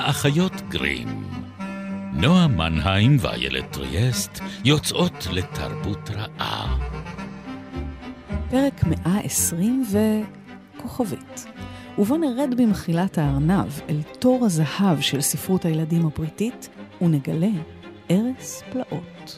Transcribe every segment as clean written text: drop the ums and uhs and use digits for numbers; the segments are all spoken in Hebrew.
האחיות גרים. נועה מנהיים ואיילת טריאסט יוצאות לתרבות רעה. פרק 120 וכוכבית. ובו נרד במחילת הארנב אל תור הזהב של ספרות הילדים הבריטית, ונגלה ארץ פלאות.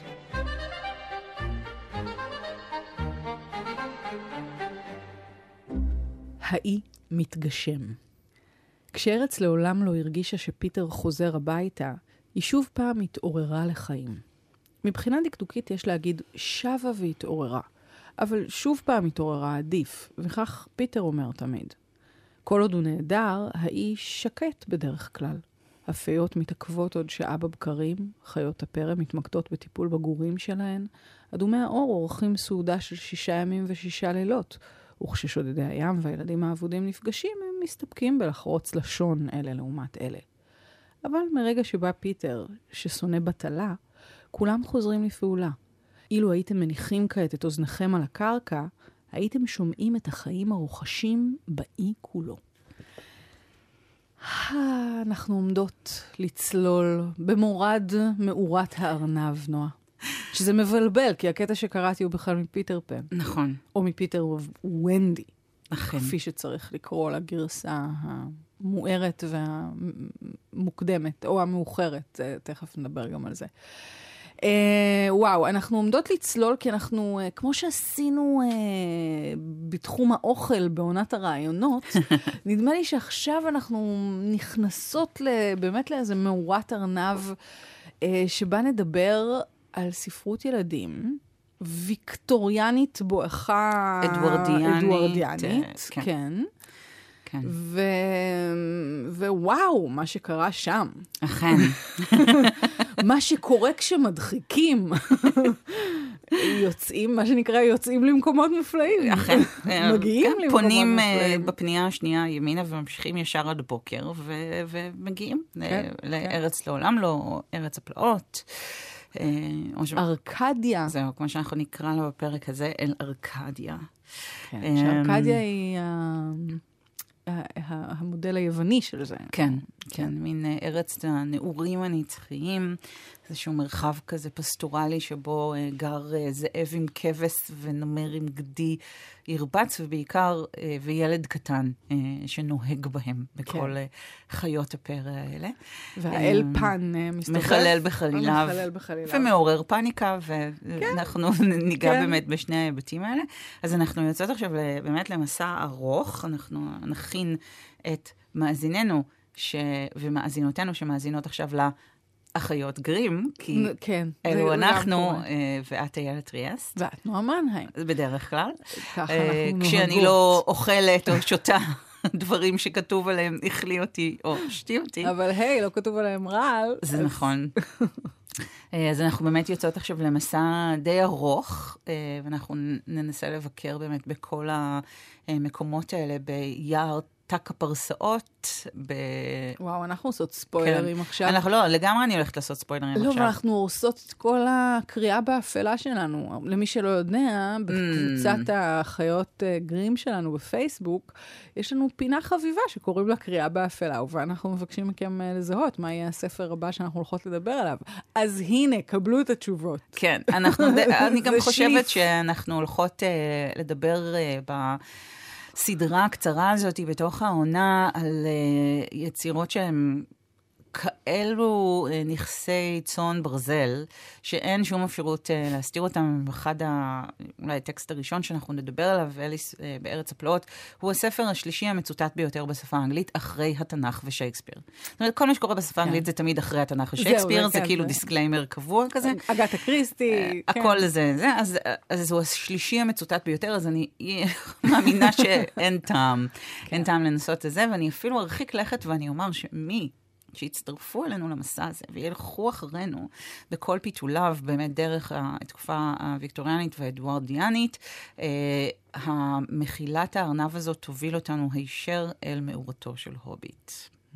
האי מתגשם. כשארץ לעולם לא הרגישה שפיטר חוזר הביתה, היא שוב פעם התעוררה לחיים. מבחינה דקדוקית יש להגיד שווה והתעוררה, אבל שוב פעם התעוררה עדיף, וכך פיטר אומר תמיד. כל עוד הוא נהדר, האי שקט בדרך כלל. הפיות מתעכבות עוד שעה בבקרים, חיות הפרא מתמקדות בטיפול בגורים שלהן, אדומי האור עורכים סעודה של 6 ימים ו6 לילות, וכששודדי הים והילדים העבודים נפגשים, הם מסתפקים בלחרוץ לשון אלה לעומת אלה. אבל מרגע שבא פיטר, ששונא בטלה, כולם חוזרים לפעולה. אילו הייתם מניחים כעת את אוזניכם על הקרקע, הייתם שומעים את החיים הרוחשים באי כולו. אנחנו עומדות לצלול במורד מאורת הארנב, נועה. שזה מבלבל, כי הקטע שקראתי הוא בכלל מפיטר פן. נכון. או מפיטר ונדי. נכון. כפי שצריך לקרוא לגרסה המוארת והמוקדמת, או המאוחרת. תכף נדבר גם על זה. וואו, אנחנו עומדות לצלול, כי אנחנו, כמו שעשינו בתחום האוכל בעונת הרעיונות, נדמה לי שעכשיו אנחנו נכנסות באמת לאיזה מאורת ארנב, שבה נדבר על ספרות ילדים, ויקטוריאנית בואכה אדוארדיאנית, כן. ווואו, מה שקרה שם. אכן. מה שקורה כשמדחיקים. יוצאים, מה שנקרא, יוצאים למקומות מופלאים. אכן. מגיעים למקומות פונים מופלאים. בפנייה השנייה ימינה וממשיכים ישר עד בוקר, ומגיעים לארץ לעולם, לא ארץ הפלאות. ארקדיה. זהו, כמו שאנחנו נקרא לו בפרק הזה, אל ארקדיה. כן, שארקדיה היא המודל היווני של זה. כן, כן, מין ארץ הנעורים הנצחיים, איזשהו מרחב כזה פסטורלי שבו גר זאב עם כבש ונמר עם גדי ירבץ, ובעיקר וילד קטן שנוהג בהם בכל חיות הפרא האלה. והאל פן מסתובב. מחלל בחליליו. ומעורר פאניקה, ואנחנו ניגע באמת בשני ההיבטים האלה. אז אנחנו יוצאות עכשיו באמת למסע ארוך, אנחנו נכין את מאזיננו ומאזינותינו שמאזינות עכשיו לאחיות גרים, כי אלו אנחנו, ואת איילת טריאסט. ואת נועה מנהיים. בדרך כלל. ככה אנחנו נוהגות. כשאני לא אוכלת או שותה דברים שכתוב עליהם, אכלי אותי או שתי אותי. אבל היי, לא כתוב עליהם רעל. זה נכון. אז אנחנו באמת יוצאות עכשיו למסע די ארוך, ואנחנו ננסה לבקר באמת בכל המקומות האלה, ביער תק הפרסאות. וואו, אנחנו עושות ספוילרים עכשיו. אנחנו לא, לגמרי אני הולכת לעשות ספוילרים עכשיו. לא, אבל אנחנו עושות את כל הקריאה באפלה שלנו. למי שלא יודע, בקבוצת החיות גרים שלנו בפייסבוק, יש לנו פינה חביבה שקוראים לה קריאה באפלה, ואנחנו מבקשים מכם לזהות מה יהיה הספר הבא שאנחנו הולכות לדבר עליו. אז הנה, קבלו את התשובות. כן, אני גם חושבת שאנחנו הולכות לדבר סדרה הקצרה הזאת בתוך העונה על יצירות שהן כאלו נכסי צאן ברזל, שאין שום אפשרות להסתיר אותם. אחד אולי הטקסט הראשון שאנחנו נדבר עליו, אליס בארץ הפלאות, הוא הספר השלישי המצוטט ביותר בשפה האנגלית, אחרי התנ"ך ושייקספיר. זאת אומרת, כל מה שקורה בשפה האנגלית זה תמיד אחרי התנ"ך ושייקספיר, זה כאילו דיסקליימר קבוע כזה. אגתה קריסטי. הכל זה. אז הוא השלישי המצוטט ביותר, אז אני מאמינה שאין טעם. אין טעם לנסות את זה, ואני אפילו ארחיק לכת ואני אומר שמי שיצטרפו אלינו למסע הזה, וילכו אחרינו בכל פיתוליו, באמת דרך התקופה הוויקטוריאנית והאדוארדיאנית, המחילת הארנב הזאת תוביל אותנו הישר אל מאורתו של הוביט.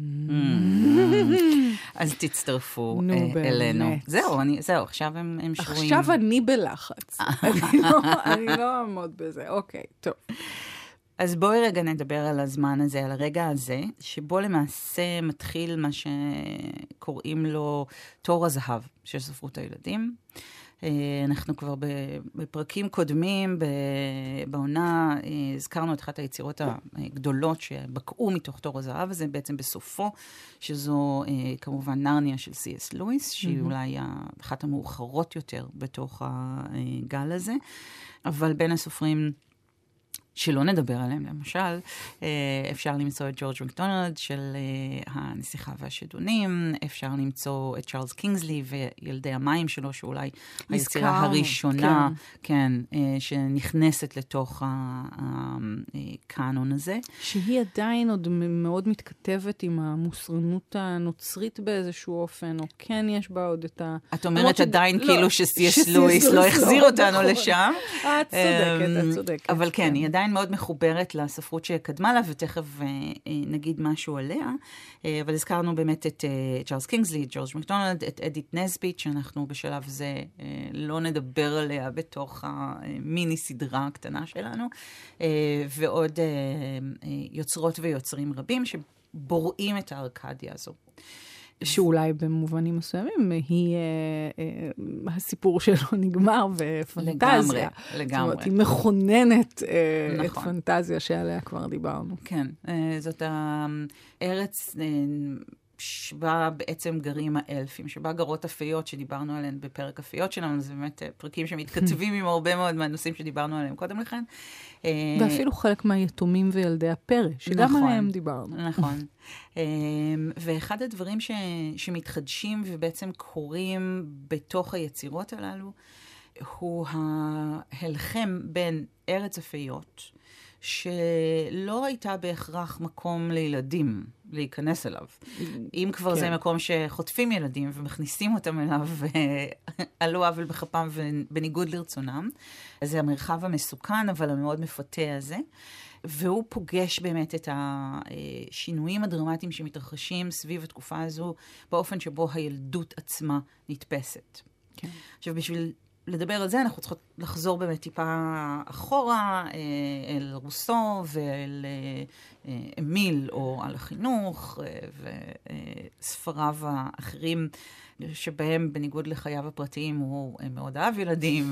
אז תצטרפו אלינו. זהו, עכשיו הם שרויים. עכשיו אני בלחץ. אני לא אעמוד בזה. אוקיי, טוב. אז בואי רגע נדבר על הזמן הזה, על הרגע הזה, שבו למעשה מתחיל מה שקוראים לו תור הזהב של ספרות הילדים. אנחנו כבר בפרקים קודמים, בעונה, הזכרנו את אחת היצירות הגדולות שבקעו מתוך תור הזהב הזה, בעצם בסופו, שזו כמובן נרניה של C.S. לואיס, שהיא אולי אחת המאוחרות יותר בתוך הגל הזה, אבל בין הסופרים שלא נדבר עליהם, למשל, אפשר למצוא את ג'ורג' מקדונלד של הנסיכה והשדונים, אפשר למצוא את צ'ארלס קינגסלי וילדי המים שלו, שאולי היצירה הראשונה, כן, שנכנסת לתוך הקאנון הזה. שהיא עדיין עוד מאוד מתכתבת עם המוסרנות הנוצרית באיזשהו אופן, או כן יש בה עוד את ה... את אומרת עדיין כאילו ש.C.S. לואיס לא החזיר אותנו לשם. את צודקת. אבל כן, היא עדיין מאוד מחוברת לספרות שקדמה לה, ותכף נגיד משהו עליה. אבל הזכרנו באמת את צ'ארלס קינגסלי, את ג'ורג' מקדונלד, את אדית נסביט, שאנחנו בשלב זה לא נדבר עליה בתוך המיני סדרה הקטנה שלנו, ועוד יוצרות ויוצרים רבים שבוראים את הארקדיה הזו. שאולי במובנים מסוימים היא הסיפור שלו נגמר ופנטזיה. לגמרי. זאת אומרת, היא מכוננת את פנטזיה שעליה כבר דיברנו. כן, זאת הארץ שבה בעצם גרים האלפים, שבה גרות אפיות שדיברנו עליהן בפרק אפיות שלנו, זה באמת פרקים שמתכתבים עם הרבה מאוד מהנושאים שדיברנו עליהם קודם לכן. ואפילו חלק מהיתומים וילדי הפרא, שגם עליהם דיברנו. נכון. ואחד הדברים שמתחדשים ובעצם קורים בתוך היצירות הללו, הוא ההלחם בין ארץ אפיות, שלא הייתה בהכרח מקום לילדים להיכנס אליו. אם כבר זה מקום שחוטפים ילדים ומכניסים אותם אליו ועלו עוול בכפם ובניגוד לרצונם, אז זה המרחב המסוכן אבל המאוד מפתה הזה, והוא פוגש באמת את השינויים הדרמטיים שמתרחשים סביב התקופה הזו, באופן שבו הילדות עצמה נתפסת. כן. עכשיו, בשביל לדבר על זה, אנחנו צריכות לחזור באמת טיפה אחורה, אל רוסו ואל אמיל, או על החינוך, וספריו האחרים, שבהם בניגוד לחייו הפרטיים, הוא מאוד אהב ילדים.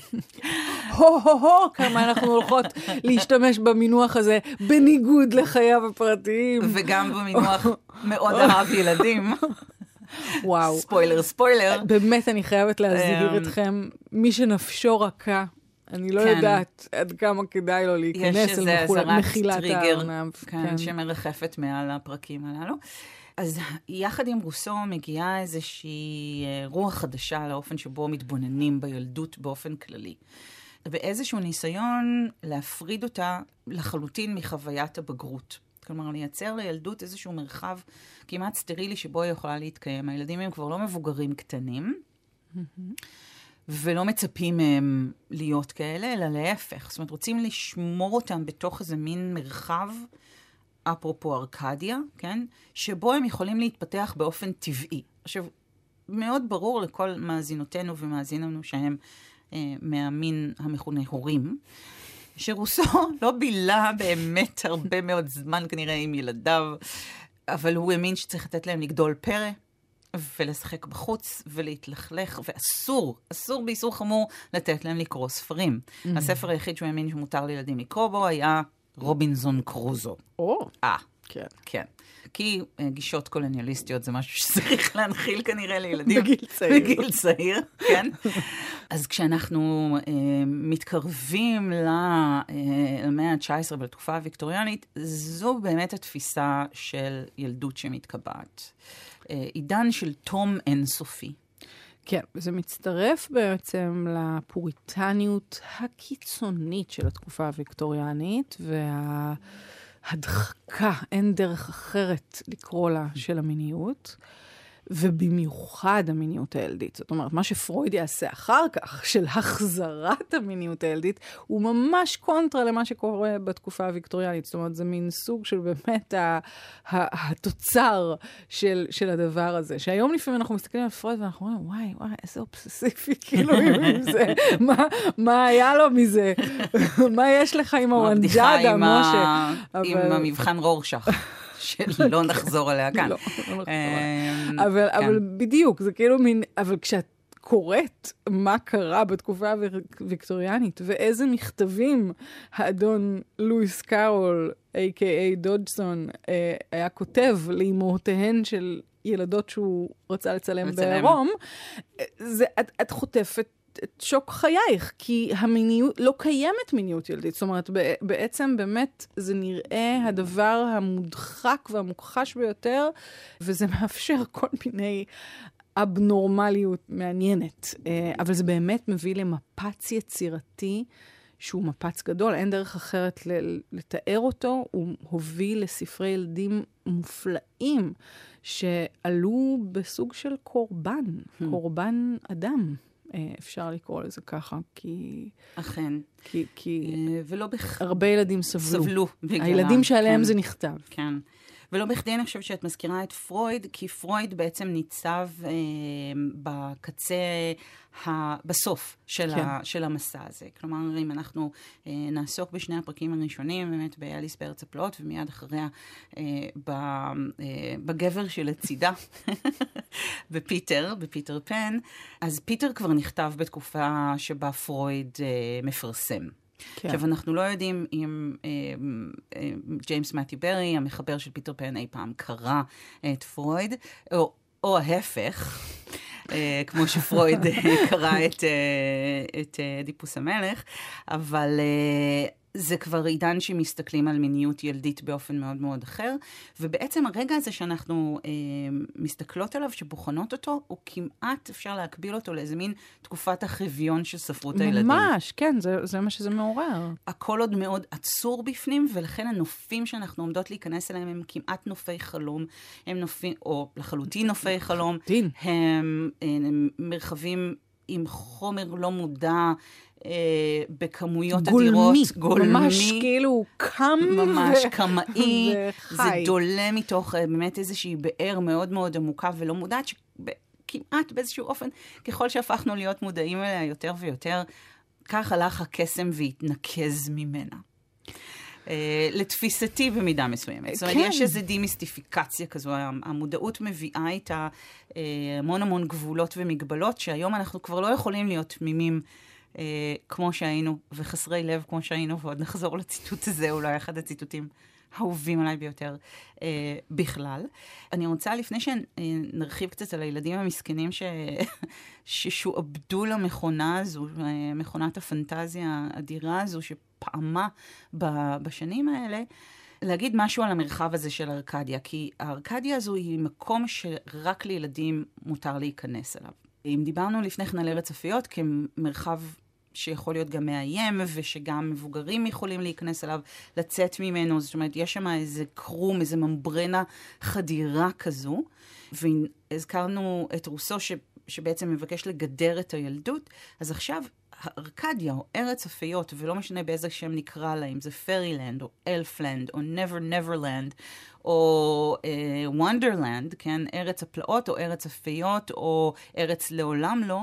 כמה אנחנו הולכות להשתמש במינוח הזה, בניגוד לחייו הפרטיים. וגם במינוח מאוד אהב ילדים. וואו. ספוילר. באמת אני חייבת להזהיר אתכם, מי שנפשו רכה, אני לא יודעת עד כמה כדאי לו להיכנס אל מחילת העונה. כן, שמרחפת מעל הפרקים הללו. אז יחד עם רוסו מגיעה איזושהי רוח חדשה לאופן שבו מתבוננים בילדות באופן כללי. ואיזשהו ניסיון להפריד אותה לחלוטין מחוויית הבגרות. כלומר, לייצר לילדות איזשהו מרחב כמעט סטרילי שבו היא יכולה להתקיים. הילדים הם כבר לא מבוגרים קטנים, ולא מצפים מהם להיות כאלה, אלא להפך. זאת אומרת, רוצים לשמור אותם בתוך איזה מין מרחב, אפרופו ארקדיה, כן? שבו הם יכולים להתפתח באופן טבעי. עכשיו, מאוד ברור לכל מאזינותינו ומאזיננו שהם מהמין המכונה הורים, שרוסו לא בילה באמת הרבה מאוד זמן כנראה עם ילדיו, אבל הוא האמין שצריך לתת להם לגדול פרא, ולשחק בחוץ, ולהתלכלך, אסור באיסור חמור לתת להם לקרוא ספרים. הספר היחיד שהוא האמין שמותר לילדים לקרוא בו היה רובינזון קרוזו. כן. כן. כי גישות קולוניאליסטיות זה משהו שצריך להנחיל כנראה לילדים. בגיל צעיר, כן. אז כשאנחנו מתקרבים למאה ה-19 ולתקופה הוויקטוריאנית, זו באמת התפיסה של ילדות שמתקבעת. עידן של תום אינסופי. כן, וזה מצטרף בעצם לפוריטניות הקיצונית של התקופה הוויקטוריאנית, הדחקה, אין דרך אחרת לקרוא לה, של המיניות. ובמיוחד המיניות הילדית. זאת אומרת, מה שפרויד יעשה אחר כך, של החזרת המיניות הילדית, הוא ממש קונטרה למה שקורה בתקופה הוויקטוריאנית. זאת אומרת, זה מין סוג של באמת התוצר של הדבר הזה. שהיום לפעמים אנחנו מסתכלים על פרויד ואנחנו אומרים, וואי, איזה אובססיבי, כאילו, עם זה. מה היה לו מזה? מה יש לך עם הוונג'אדה, משה? עם המבחן רורשך. שלא נחזור עליה כאן. אבל בדיוק, זה כאילו מין, אבל כשאת קוראת מה קרה בתקופה הוויקטוריאנית, ואיזה מכתבים האדון לואיס קארול, a.k.a. דודגסון, היה כותב לאמהותיהן של ילדות שהוא רצה לצלם בעירום, את חוטפת את שוק חייך, כי המיניות, לא קיימת מיניות ילדית. זאת אומרת, בעצם באמת זה נראה הדבר המודחק והמוכחש ביותר, וזה מאפשר כל מיני אבנורמליות מעניינת. אבל זה באמת מביא למפץ יצירתי, שהוא מפץ גדול, אין דרך אחרת לתאר אותו. הוא הוביל לספרי ילדים מופלאים, שעלו בסוג של קורבן, קורבן אדם. אפשר לקרוא לזה ככה, כי... אכן. כי ולא הרבה ילדים סבלו. בגללם. הילדים שעליהם זה נכתב. כן. ולא בכדי אני חושבת שאת מזכירה את פרויד, כי פרויד בעצם ניצב בקצה, בסוף של המסע הזה. כלומר, אם אנחנו נעסוק בשני הפרקים הראשונים, באמת באליס בארץ הפלאות, ומיד אחריה בגבר שלצידה, בפיטר פן, אז פיטר כבר נכתב בתקופה שבה פרויד מפרסם. כן. עכשיו, אנחנו לא יודעים אם ג'יימס מתיו ברי, המחבר של פיטר פן, אי פעם קרא את פרויד, או ההפך, כמו שפרויד קרא את אדיפוס המלך, אבל זה כבר עידן שמסתכלים על מיניות ילדית באופן מאוד מאוד אחר, ובעצם הרגע הזה שאנחנו מסתכלות עליו, שבוחנות אותו, הוא כמעט אפשר להקביל אותו לאיזה מין תקופת החביון של ספרות הילדים. ממש, כן, זה מה שזה מעורר. הכל עוד מאוד עצור בפנים, ולכן הנופים שאנחנו עומדות להיכנס אליהם הם כמעט נופי חלום, הם נופים, או לחלוטין נופי חלום, הם מרחבים עם חומר לא מודע, בכמויות אדירות, גולמי, ממש כאילו קם ממש קמאי, זה דולה מתוך באמת איזושהי באר מאוד מאוד עמוקה ולא מודעת, שכמעט באיזשהו אופן, ככל שהפכנו להיות מודעים אליה יותר ויותר, כך הלך הקסם והתנקז ממנה. לתפיסתי במידה מסוימת. זאת אומרת, יש איזו דימיסטיפיקציה כזו, המודעות מביאה איתה המון גבולות ומגבלות, שהיום אנחנו כבר לא יכולים להיות תמימים כמו שהיינו, וחסרי לב כמו שהיינו, ועוד נחזור לציטוט הזה, אולי אחד הציטוטים האהובים עליי ביותר בכלל. אני רוצה, לפני שנרחיב קצת על הילדים המסכנים ששועבדו למכונה הזו, מכונת הפנטזיה האדירה הזו, שפעמה בשנים האלה, להגיד משהו על המרחב הזה של ארקדיה, כי הארקדיה הזו היא מקום שרק לילדים מותר להיכנס אליו. אם דיברנו לפני כן על ארץ הפיות כמרחב שיכול להיות גם מאיים, ושגם מבוגרים יכולים להיכנס אליו, לצאת ממנו, זאת אומרת, יש שם איזה קרום, איזה ממברנה חדירה כזו, והזכרנו את רוסו שבעצם מבקש לגדר את הילדות, אז עכשיו ארקדיה או ארץ הפיות, ולא משנה באיזה שם נקרא לה, אם זה פרילנד או אלפלנד או נברלנד או וונדרלנד, כן, ארץ הפלאות או ארץ הפיות או ארץ לעולם לא,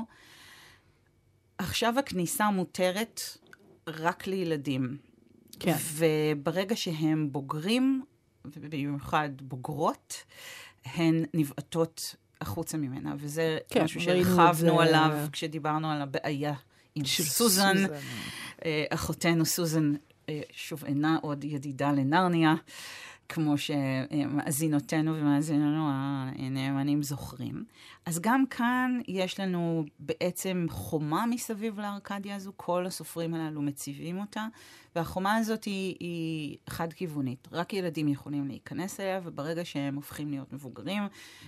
עכשיו הכניסה מותרת רק לילדים. כן. וברגע שהם בוגרים, ובמיוחד בוגרות, הן נבעטות החוצה ממנה, וזה כן, משהו שהרחבנו עליו כשדיברנו על הבעיה עם סוזן, אחותנו סוזן, שוב אינה עוד ידידה לנרניה, כמו שמאזינותינו ומאזיננו הנאמנים זוכרים. אז גם כאן יש לנו בעצם חומה מסביב לארקדיה הזו, כל הסופרים הללו מציבים אותה, והחומה הזאת היא חד-כיוונית. רק ילדים יכולים להיכנס אליה, וברגע שהם הופכים להיות מבוגרים,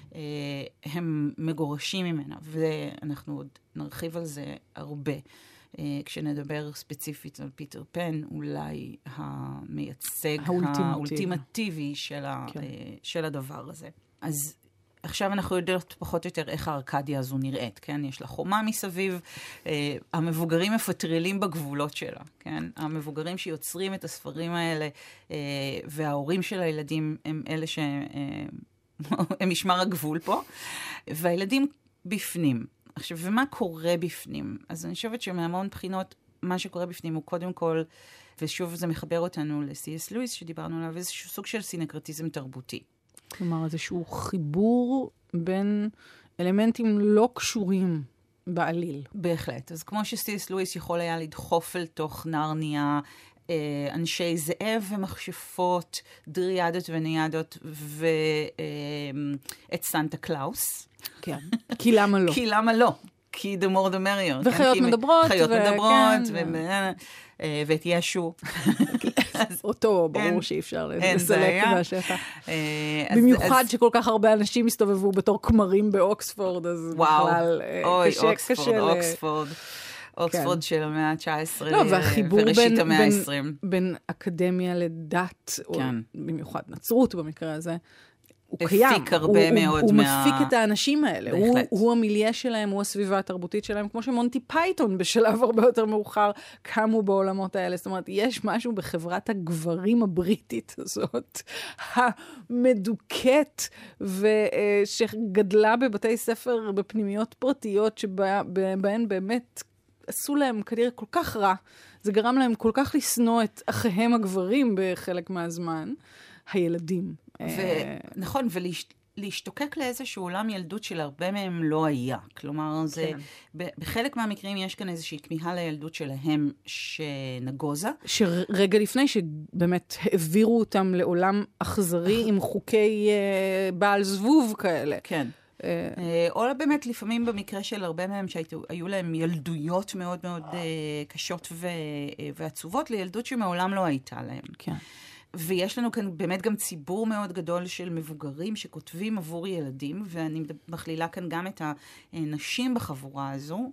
הם מגורשים ממנה, ואנחנו עוד נרחיב על זה הרבה. כשנדבר ספציפית על פיטר פן, אולי המייצג האולטימטיבי של הדבר הזה. אז עכשיו אנחנו יודעות פחות או יותר איך הארקדיה הזו נראית, כן? יש לה חומה מסביב, המבוגרים מפטרלים בגבולות שלה, כן? המבוגרים שיוצרים את הספרים האלה, וההורים של הילדים הם אלה הם משמר הגבול פה, והילדים בפנים. עכשיו, ומה קורה בפנים? אז אני חושבת שמהמון בחינות, מה שקורה בפנים הוא קודם כל, ושוב זה מחבר אותנו ל-C.S. לואיס שדיברנו עליו, איזשהו סוג של סינקרטיזם תרבותי. כלומר, איזשהו חיבור בין אלמנטים לא קשורים בעליל. בהחלט. אז כמו ש-C.S. לואיס יכול היה לדחוף אל תוך נרניה, אנשי זאב ומכשפות, דריאדות וניידות, ואת סנטה קלאוס. כן. כי למה לא? כי למה לא? כי the more the merrier. וחיות מדברות. חיות מדברות, ואת ישו. אותו, ברור שאי אפשר לסלק מהשטח. במיוחד שכל כך הרבה אנשים הסתובבו בתור כמרים באוקספורד, אז בכלל קשה. אוקספורד של המאה ה-19 וראשית המאה ה-20. בין אקדמיה לדת, או במיוחד נצרות במקרה הזה, הוא קיים. הפיק הרבה מאוד הוא מפיק את האנשים האלה. הוא המיליה שלהם, הוא הסביבה התרבותית שלהם, כמו שמונטי פייתון בשלב הרבה יותר מאוחר קמו בעולמות האלה. זאת אומרת, יש משהו בחברת הגברים הבריטית הזאת, המדוכאת, שגדלה בבתי ספר, בפנימיות פרטיות, שבהן באמת עשו להם כנראה כל כך רע. זה גרם להם כל כך לשנוא את אחיהם הגברים בחלק מהזמן. הילדים. נכון, ולהשתוקק לאיזשהו עולם ילדות של הרבה מהם לא היה. כלומר, זה, בחלק מהמקרים יש כאן איזושהי כמיהה לילדות שלהם שנגוזה. שרגע לפני שבאמת העבירו אותם לעולם אכזרי עם חוקי בעל זבוב כאלה. כן. או באמת לפעמים במקרה של הרבה מהם שהיו להם ילדויות מאוד מאוד קשות ועצובות, לילדות שמעולם לא הייתה להם. כן. ויש לנו כאן באמת גם ציבור מאוד גדול של מבוגרים שכותבים עבור ילדים, ואני מכלילה כאן גם את הנשים בחבורה הזו,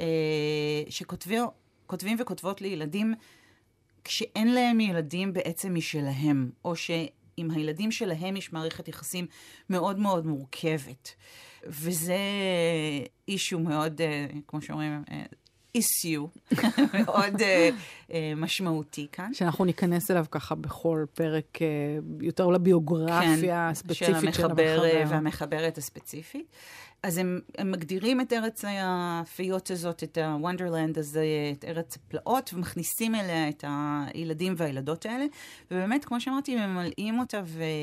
שכותבים וכותבות לילדים כשאין להם ילדים בעצם משלהם, או שעם הילדים שלהם יש מערכת יחסים מאוד מאוד מורכבת. וזה אישו מאוד, כמו שאומרים, issue מאוד משמעותי כאן. שאנחנו ניכנס אליו ככה בכל פרק יותר לביוגרפיה הספציפית של המחבר. והמחברת הספציפית. אז הם מגדירים את ארץ הפיות הזאת, את הוונדרלנד הזה, את ארץ הפלאות, ומכניסים אליה את הילדים והילדות האלה. ובאמת, כמו שאמרתי, הם ממלאים אותה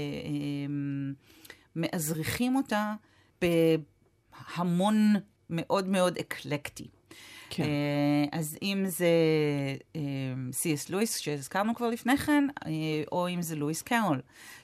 ומאזריחים אותה בהמון מאוד מאוד אקלקטי. כן. אז אם זה C.S. לואיס, שהזכרנו כבר לפני כן, או אם זה לואיס קרול,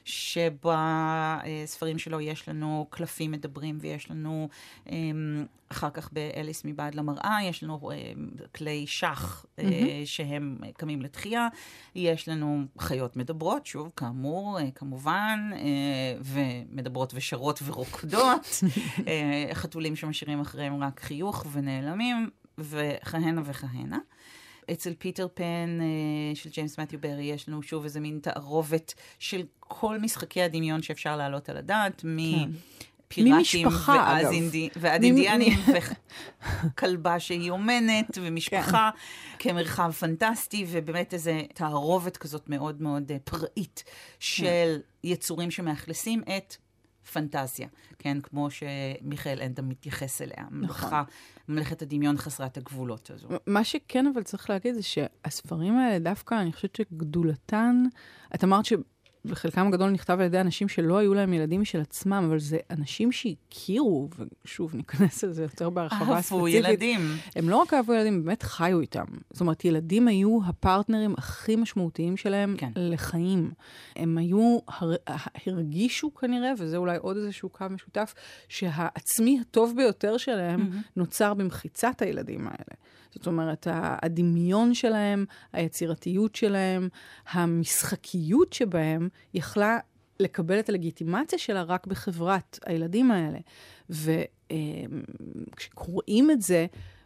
שבספרים שלו יש לנו קלפים מדברים, ויש לנו אחר כך באליס מבעד למראה, יש לנו כלי שח שהם קמים לתחייה, יש לנו חיות מדברות, שוב, כאמור, כמובן, ומדברות ושרות ורוקדות, חתולים שמשאירים אחריהם רק חיוך ונעלמים, וכהנה וכהנה. אצל פיטר פן של ג'יימס מתיו ברי יש לנו שוב איזה מין תערובת של כל משחקי הדמיון שאפשר להעלות על הדעת, מפיראטים ועד אינדיאנים, וכלבה שהיא אומנת, ומשפחה כמרחב פנטסטי, ובאמת איזה תערובת כזאת מאוד מאוד פראית של יצורים שמאכלסים את פנטזיה, כן, כמו שמיכאל אנדה מתייחס אליה, מלאכת הדמיון חסרת הגבולות הזו. מה שכן אבל צריך להגיד זה שהספרים האלה דווקא, אני חושבת שגדולתן, את אמרת שבחלקם הגדול נכתב על ידי אנשים שלא היו להם ילדים משל עצמם, אבל זה אנשים שהכירו, ושוב ניכנס לזה יותר בהרחבה ספציפית. אהבו ילדים. הם לא רק אהבו ילדים, באמת חיו איתם. זאת אומרת, ילדים היו הפרטנרים הכי משמעותיים שלהם לחיים. הם היו, הרגישו כנראה, וזה אולי עוד איזשהו קו משותף, שהעצמי הטוב ביותר שלהם נוצר במחיצת הילדים האלה. זאת אומרת, הדמיון שלהם, היצירתיות שלהם, המשחקיות שבהם, יכלה לקבל את הלגיטימציה שלה רק בחברת הילדים האלה. וכשקוראים את זה,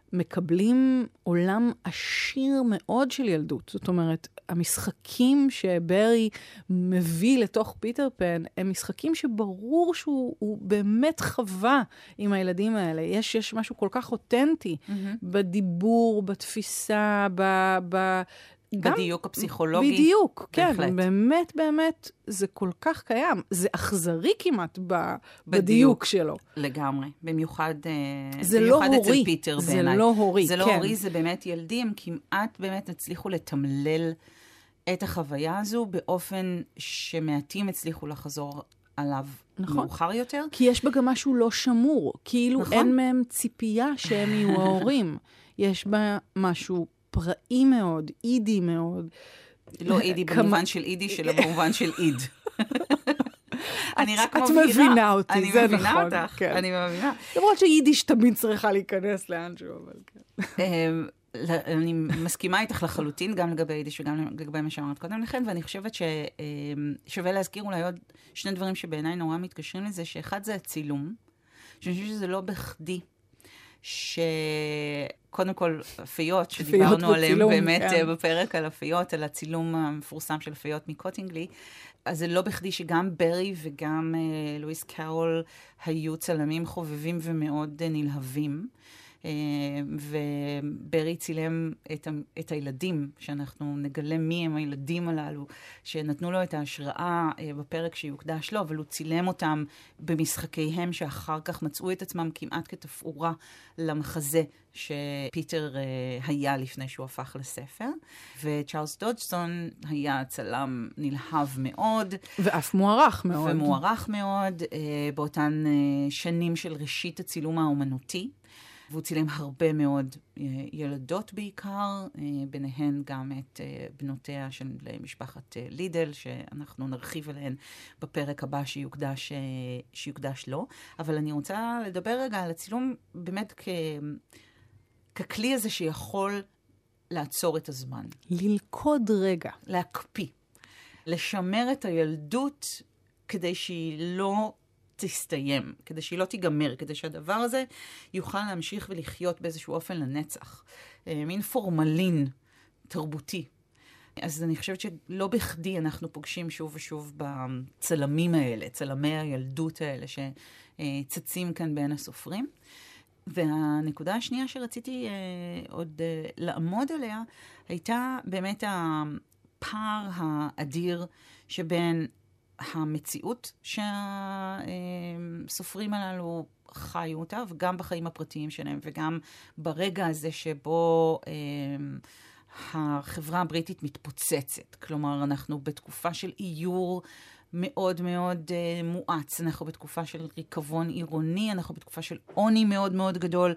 מקבלים עולם עשיר מאוד של ילדות. זאת אומרת, המשחקים שברי מביא לתוך פיטר פן, הם משחקים שברור שהוא באמת חווה עם הילדים האלה. יש משהו כל כך אותנטי בדיבור, בתפיסה, בדיוק הפסיכולוגי. בדיוק, כן. באמת, באמת, זה כל כך קיים. זה אכזרי כמעט בדיוק שלו. לגמרי. במיוחד זה לא הורי. אצל פיטר בעיניי. זה לא הורי, זה לא כן. הורי, זה באמת ילדים. כמעט באמת הצליחו לתמלל את החוויה הזו באופן שמעטים הצליחו לחזור עליו מאוחר יותר. כי יש בה גם משהו לא שמור. כאילו אין מהם ציפייה שהם יהיו ההורים. יש בה משהו פראי מאוד, אידי מאוד. לא אידי במובן של אידי, שלא במובן של איד. אני רק את מבינה אותי, זה נכון. אני מבינה אותך, אני מבינה. למרות שיידיש תמיד צריכה להיכנס לאנשהו, אבל כן. אני מסכימה איתך לחלוטין, גם לגבי יידיש וגם לגבי מה שאמרת קודם לכן, ואני חושבת ששווה להזכיר אולי עוד שני דברים שבעיניי נורא מתקשרים לזה, שאחד זה הצילום, שאני חושבת שזה לא בכדי, שקודם כל הפיות, שדיברנו עליהם באמת בפרק על הפיות, על הצילום המפורסם של הפיות מקוטינגלי, אז זה לא בכדי שגם ברי וגם לואיס קארול היו צלמים חובבים ומאוד נלהבים, וברי צילם את הילדים, שאנחנו נגלה מי הם הילדים הללו, שנתנו לו את ההשראה בפרק שיוקדש לו, אבל הוא צילם אותם במשחקיהם שאחר כך מצאו את עצמם כמעט כתפאורה למחזה שפיטר היה לפני שהוא הפך לספר. וצ'ארלס דודג'סון היה צלם נלהב מאוד. ואף מוערך מאוד. ומוערך מאוד באותן שנים של ראשית הצילום האומנותי. והוא צילם הרבה מאוד ילדות בעיקר, ביניהן גם את בנותיה של משפחת לידל, שאנחנו נרחיב עליהן בפרק הבא שיוקדש לו. אבל אני רוצה לדבר רגע על הצילום באמת ככלי הזה שיכול לעצור את הזמן. ללכוד רגע. להקפיא. לשמר את הילדות כדי שהיא לא תסתיים, כדי שהיא לא תיגמר, כדי שהדבר הזה יוכל להמשיך ולחיות באיזשהו אופן לנצח. מין פורמלין תרבותי. אז אני חושבת שלא בכדי אנחנו פוגשים שוב ושוב בצלמים האלה, צלמי הילדות האלה שצצים כאן בין הסופרים. והנקודה השנייה שרציתי עוד לעמוד עליה, הייתה באמת הפער האדיר שבין המציאות שהסופרים הללו חיו אותה, וגם בחיים הפרטיים שלהם, וגם ברגע הזה שבו החברה הבריטית מתפוצצת. כלומר, אנחנו בתקופה של איור מאוד מאוד מואץ, אנחנו בתקופה של ריקבון עירוני, אנחנו בתקופה של עוני מאוד מאוד גדול,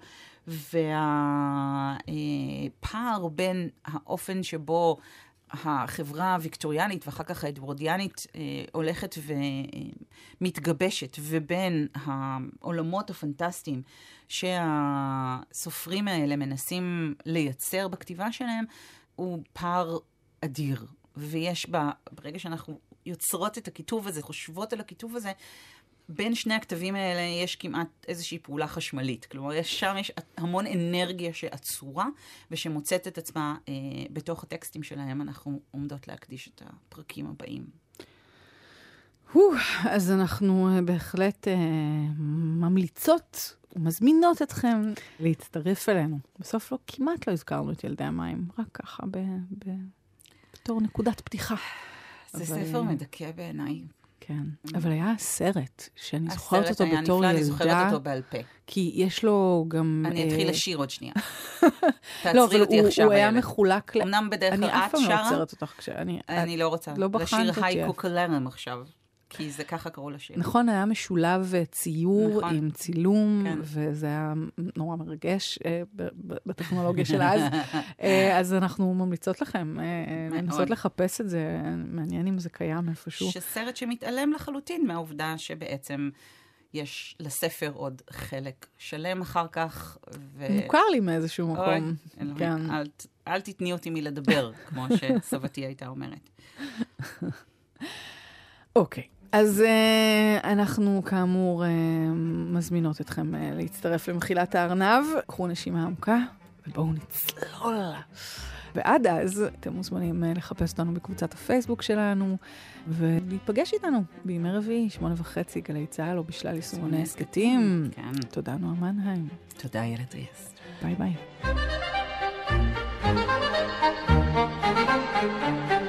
והפער בין האופן שבו החברה הוויקטוריאנית ואחר כך האדוורדיאנית הולכת ומתגבשת, ובין העולמות הפנטסטיים שהסופרים האלה מנסים לייצר בכתיבה שלהם, הוא פער אדיר. ויש ברגע שאנחנו יוצרות את הכיתוב הזה, חושבות על הכיתוב הזה, בין שני הכתבים האלה יש כמעט איזושהי פעולה חשמלית. כלומר, שם יש המון אנרגיה שעצורה, ושמוצאת את עצמה בתוך הטקסטים שלהם. אנחנו עומדות להקדיש את הפרקים הבאים. אז אנחנו בהחלט ממליצות ומזמינות אתכם להצטרף אלינו. בסוף כמעט לא הזכרנו את ילדי המים, רק ככה בתור נקודת פתיחה. זה ספר מדכא בעיניי. כן, אבל היה סרט שאני זוכרת אותו בתור ילדה. הסרט היה נפלא, אני זוכרת אותו בעל פה. כי יש לו גם... אני אתחיל לשיר עוד שנייה. לא, אבל הוא היה מחולק... אמנם בדרך כלל את שרה. אני אף פעם לא עוצרת אותך כשאני... אני לא רוצה. לשיר הייקו קלרם עכשיו. כי זה ככה קראו לשיר. נכון, היה משולב ציור עם צילום, וזה היה נורא מרגש בטכנולוגיה של אז. אז אנחנו ממליצות לכם, לנסות לחפש את זה, מעניין אם זה קיים איפשהו. שסרט שמתעלם לחלוטין מהעובדה שבעצם יש לספר עוד חלק שלם אחר כך. מוכר לי מאיזשהו מקום. אל תתני אותי מלדבר, כמו שסבתי הייתה אומרת. אוקיי. אז אנחנו כאמור מזמינות אתכם להצטרף למחילת הארנב. קחו נשימה עמוקה ובואו נצלול. ועד אז אתם מוזמנים לחפש אותנו בקבוצת הפייסבוק שלנו, ולהיפגש איתנו בימי רביעי, 8:30 גלי צהל, או בשלל יישומוני הסקטים. כן. תודה נועה מנהיים. תודה איילת טריאסט. ביי ביי.